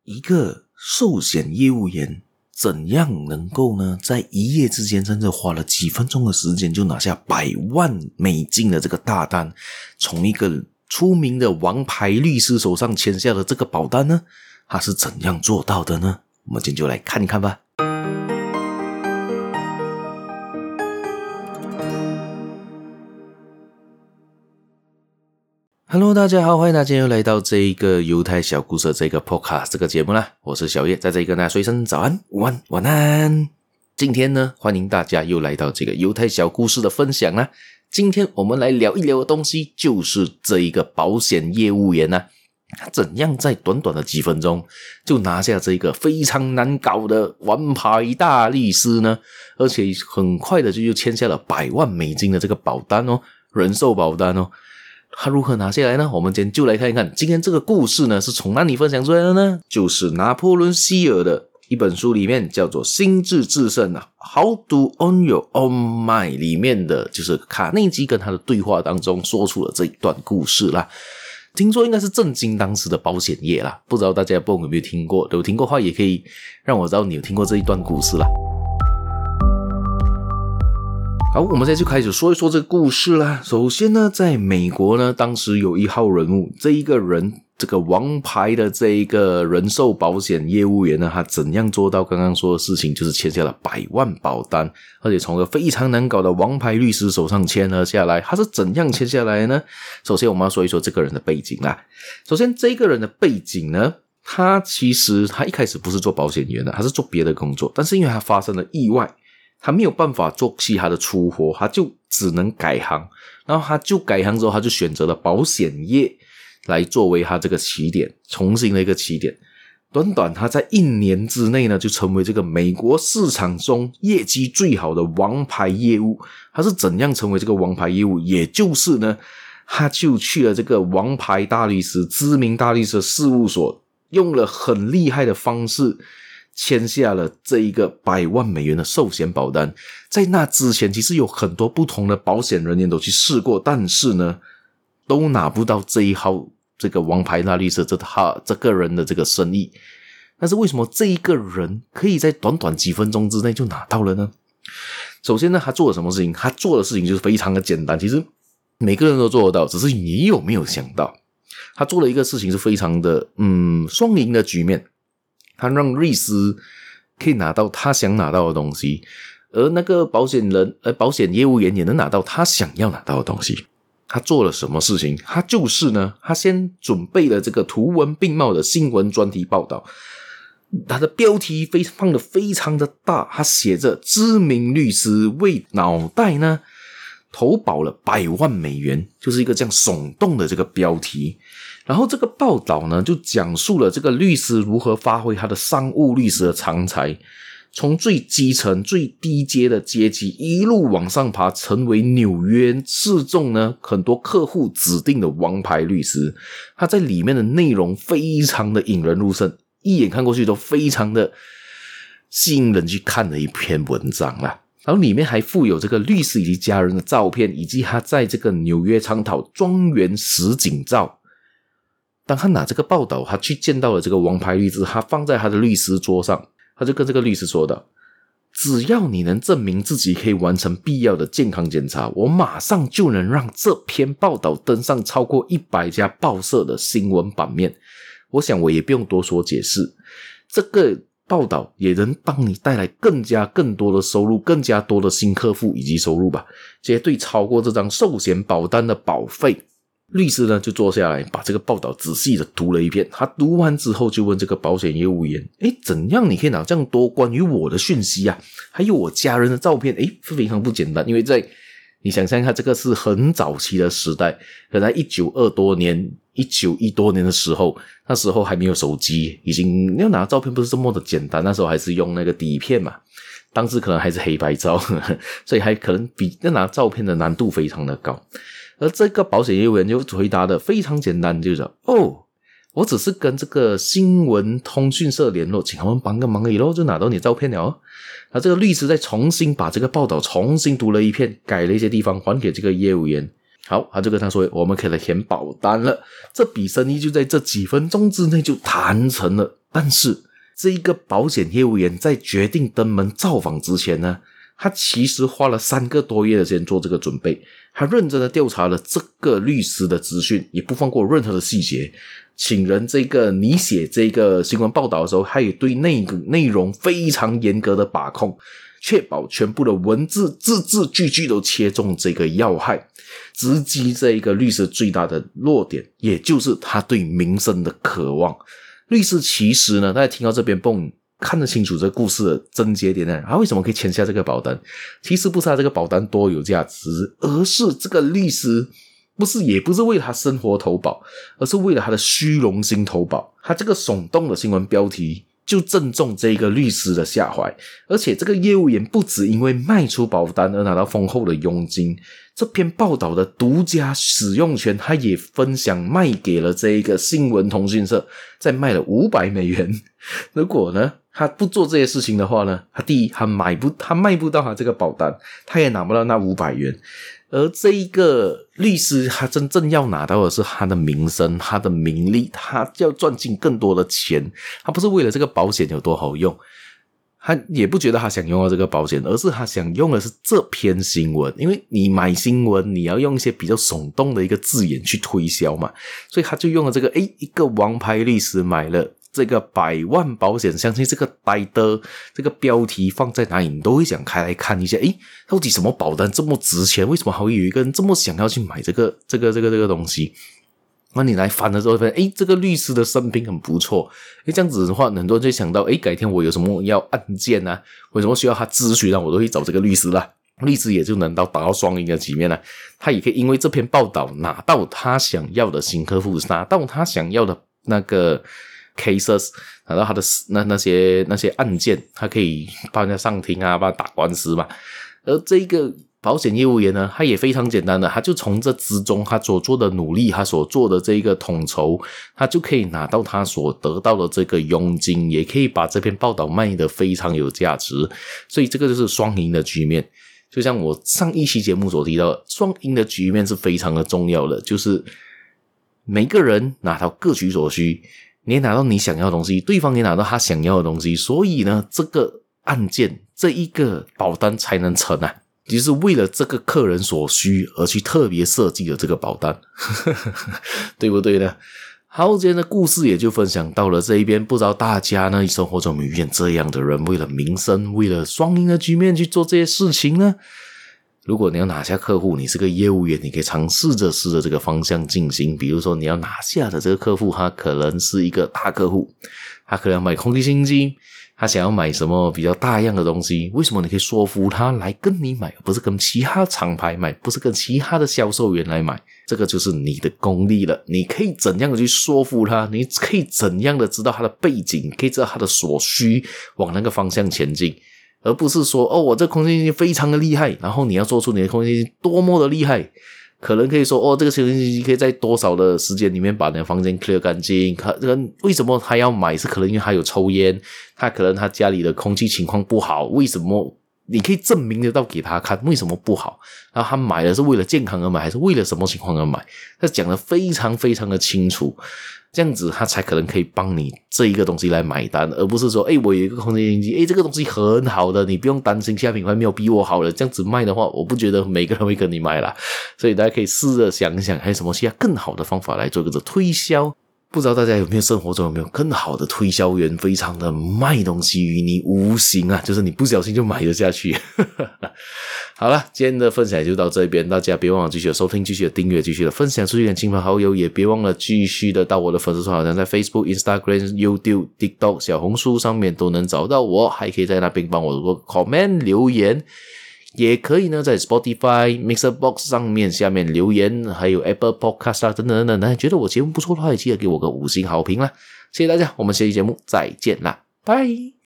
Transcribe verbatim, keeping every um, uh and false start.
一个寿险业务员怎样能够呢，在一夜之间甚至花了几分钟的时间就拿下百万美金的这个大单，从一个出名的王牌律师手上签下了这个保单呢？他是怎样做到的呢？我们今天就来看一看吧。Hello， 大家好，欢迎大家又来到这一个犹太小故事这个 podcast 这个节目啦，我是小叶，在这里跟大家说一声早安、午安、晚安。今天呢，欢迎大家又来到这个犹太小故事的分享啦。今天我们来聊一聊的东西，就是这一个保险业务员啊，他怎样在短短的几分钟就拿下这个非常难搞的王牌大律师呢？而且很快的就又签下了百万美金的这个保单哦，人寿保单哦。他如何拿下来呢？我们今天就来看一看。今天这个故事呢，是从哪里分享出来的呢？就是拿破仑希尔的一本书里面叫做《心智制胜》啊 How to Own Your Own Mind 里面的，就是卡内基跟他的对话当中说出了这一段故事啦。听说应该是震惊当时的保险业啦，不知道大家有没有听过？有听过的话也可以让我知道你有听过这一段故事啦。好，我们现在就开始说一说这个故事啦。首先呢，在美国呢，当时有一号人物，这一个人，这个王牌的这一个人寿保险业务员呢，他怎样做到刚刚说的事情，就是签下了百万保单，而且从一个非常难搞的王牌律师手上签了下来。他是怎样签下来呢？首先我们要说一说这个人的背景啦。首先这个人的背景呢，他其实他一开始不是做保险员的，他是做别的工作，但是因为他发生了意外，他没有办法做其他的出活，他就只能改行，然后他就改行之后，他就选择了保险业来作为他这个起点，重新的一个起点。短短他在一年之内呢，就成为这个美国市场中业绩最好的王牌业务。他是怎样成为这个王牌业务？也就是呢，他就去了这个王牌大律师、知名大律师事务所，用了很厉害的方式签下了这一个百万美元的寿险保单。在那之前其实有很多不同的保险人员都去试过，但是呢都拿不到这一号这个王牌大律师这他这个人的这个生意。但是为什么这一个人可以在短短几分钟之内就拿到了呢？首先呢，他做了什么事情？他做的事情就是非常的简单，其实每个人都做得到，只是你有没有想到他做了一个事情是非常的嗯双赢的局面。他让律师可以拿到他想拿到的东西，而那个保险人呃保险业务员也能拿到他想要拿到的东西。他做了什么事情？他就是呢，他先准备了这个图文并茂的新闻专题报道，他的标题非常放得非常的大，他写着知名律师为脑袋呢投保了百万美元，就是一个这样耸动的这个标题。然后这个报道呢，就讲述了这个律师如何发挥他的商务律师的长才，从最基层最低阶的阶级一路往上爬，成为纽约市中呢很多客户指定的王牌律师。他在里面的内容非常的引人入胜，一眼看过去都非常的吸引人去看的一篇文章啦。然后里面还附有这个律师以及家人的照片，以及他在这个纽约长岛庄园实景照。当他拿这个报道，他去见到了这个王牌律师，他放在他的律师桌上，他就跟这个律师说道，只要你能证明自己可以完成必要的健康检查，我马上就能让这篇报道登上超过一百家报社的新闻版面。我想我也不用多说解释，这个报道也能帮你带来更加更多的收入，更加多的新客户以及收入吧，绝对超过这张寿险保单的保费。律师呢就坐下来把这个报道仔细的读了一遍，他读完之后就问这个保险业务员，诶，怎样你可以拿这样多关于我的讯息啊，还有我家人的照片？诶，非常不简单，因为在你想象一下，这个是很早期的时代，可能在一九二多年一九一多年的时候，那时候还没有手机，已经要拿照片不是这么的简单，那时候还是用那个底片嘛，当时可能还是黑白照，呵呵，所以还可能比拿照片的难度非常的高。而这个保险业务员就回答的非常简单，就是哦，我只是跟这个新闻通讯社联络，请他们帮个忙而已咯，就拿到你的照片了哦。那这个律师再重新把这个报道重新读了一遍，改了一些地方还给这个业务员。好，他就跟他说，我们可以来填保单了。这笔生意就在这几分钟之内就谈成了。 但是这一个保险业务员在决定登门造访之前呢，他其实花了三个多月的时间做这个准备，他认真的调查了这个律师的资讯，也不放过任何的细节，请人这个拟写这个新闻报道的时候，他也对那个内容非常严格的把控，确保全部的文字字字句句都切中这个要害，直击这一个律师最大的弱点，也就是他对名声的渴望。律师其实呢，大家听到这边蹦看得清楚这个故事的症结点呢，他为什么可以签下这个保单？其实不是他这个保单多有价值，而是这个律师不是也不是为了他生活投保，而是为了他的虚荣心投保。他这个耸动的新闻标题就正中这个律师的下怀，而且这个业务员不只因为卖出保单而拿到丰厚的佣金，这篇报道的独家使用权他也分享卖给了这一个新闻通讯社，再卖了五百美元。如果呢他不做这些事情的话呢，他第一他买不他卖不到他这个保单，他也拿不到那五百元。而这一个律师他真正要拿到的是他的名声，他的名利，他要赚进更多的钱，他不是为了这个保险有多好用，他也不觉得他想用到这个保险，而是他想用的是这篇新闻。因为你买新闻你要用一些比较耸动的一个字眼去推销嘛，所以他就用了这个诶，一个王牌律师买了这个百万保险，相信这个呆的这个标题放在哪里你都会想开来看一下，诶，到底什么保单这么值钱，为什么还会有一个人这么想要去买这个这个这个这个东西。那你来翻的时候发现，诶，这个律师的生平很不错，诶，这样子的话很多人就想到，诶，改天我有什么要案件啊，为什么需要他咨询啊，我都会找这个律师啦。律师也就能到达到双赢的局面了，他也可以因为这篇报道拿到他想要的新客户，拿到他想要的那个cases， 拿到他的那那些那些案件，他可以帮人家上庭啊，帮他打官司嘛。而这个保险业务员呢，他也非常简单的，他就从这之中他所做的努力，他所做的这个统筹，他就可以拿到他所得到的这个佣金，也可以把这篇报道卖得非常有价值。所以这个就是双赢的局面。就像我上一期节目所提到的，双赢的局面是非常的重要的，就是每个人拿到各取所需，你也拿到你想要的东西，对方也拿到他想要的东西，所以呢这个案件这一个保单才能成啊，就是为了这个客人所需而去特别设计的这个保单对不对呢？好，今天的故事也就分享到了这一边，不知道大家呢生活中有没有遇见这样的人，为了名声，为了双赢的局面去做这些事情呢？如果你要拿下客户，你是个业务员，你可以尝试着试着这个方向进行。比如说你要拿下的这个客户，他可能是一个大客户，他可能要买空气清新机，他想要买什么比较大样的东西，为什么你可以说服他来跟你买，不是跟其他厂牌买，不是跟其他的销售员来买？这个就是你的功力了，你可以怎样的去说服他，你可以怎样的知道他的背景，可以知道他的所需，往那个方向前进。而不是说哦，我这空气清新机非常的厉害，然后你要做出你的空气清新机多么的厉害，可能可以说哦，这个空气清新机可以在多少的时间里面把你的房间 clear 干净。为什么他要买？是可能因为他有抽烟，他可能他家里的空气情况不好，为什么？你可以证明得到给他看为什么不好，然后他买的是为了健康而买，还是为了什么情况而买，他讲得非常非常的清楚，这样子他才可能可以帮你这一个东西来买单，而不是说诶我有一个空气清新机，诶这个东西很好的，你不用担心其他品牌没有比我好了，这样子卖的话我不觉得每个人会跟你买啦。所以大家可以试着想一想还有什么其他更好的方法来做一个推销。不知道大家有没有生活中有没有更好的推销员，非常的卖东西于你无形啊，就是你不小心就买了下去好了，今天的分享就到这边，大家别忘了继续的收听，继续的订阅，继续的分享出去给亲朋好友，也别忘了继续的到我的粉丝团，好像在 Facebook、Instagram、YouTube、TikTok、小红书上面都能找到我，还可以在那边帮我做 comment 留言，也可以呢在 Spotify、Mixerbox 上面下面留言，还有 Apple Podcast 啊等等等等，觉得我节目不错的话也记得给我个五星好评啦，谢谢大家，我们下期节目再见啦，拜。